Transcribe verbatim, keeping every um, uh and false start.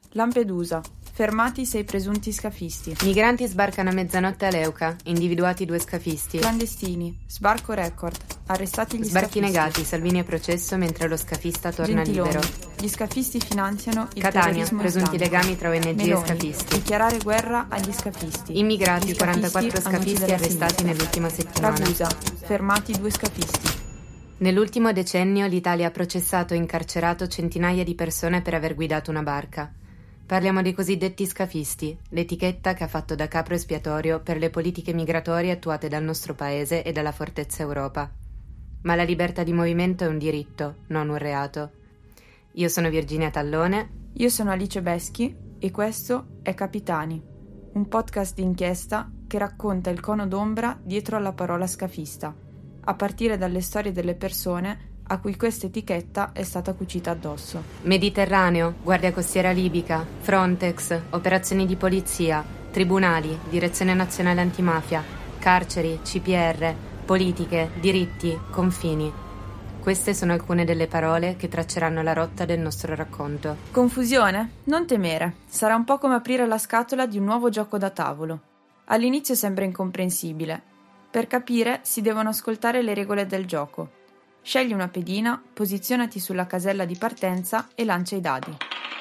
Lampedusa. Fermati sei presunti scafisti. Migranti sbarcano a mezzanotte a Leuca, individuati due scafisti. Clandestini. Sbarco record. Arrestati gli Sbarchi scafisti. negati, Salvini a processo mentre lo scafista torna Gentiloni. libero. Gli scafisti finanziano il Catania, terrorismo presunti islamico. legami tra O N G Meloni. e scafisti. Dichiarare guerra agli scafisti. Immigrati, Gli scafisti quarantaquattro amici scafisti della arrestati sinistra. nell'ultima settimana. Ragusa. Fermati due scafisti. Nell'ultimo decennio l'Italia ha processato e incarcerato centinaia di persone per aver guidato una barca. Parliamo dei cosiddetti scafisti, l'etichetta che ha fatto da capro espiatorio per le politiche migratorie attuate dal nostro paese e dalla Fortezza Europa. Ma la libertà di movimento è un diritto, non un reato. Io sono Virginia Tallone. Io sono Alice Beschi e questo è Capitani, un podcast d'inchiesta che racconta il cono d'ombra dietro alla parola scafista, a partire dalle storie delle persone a cui questa etichetta è stata cucita addosso. Mediterraneo, Guardia Costiera Libica, Frontex, operazioni di polizia, tribunali, Direzione Nazionale Antimafia, carceri, C P R, politiche, diritti, confini. Queste sono alcune delle parole che tracceranno la rotta del nostro racconto. Confusione? Non temere, sarà un po' come aprire la scatola di un nuovo gioco da tavolo. All'inizio sembra incomprensibile. Per capire si devono ascoltare le regole del gioco. Scegli una pedina, posizionati sulla casella di partenza e lancia i dadi.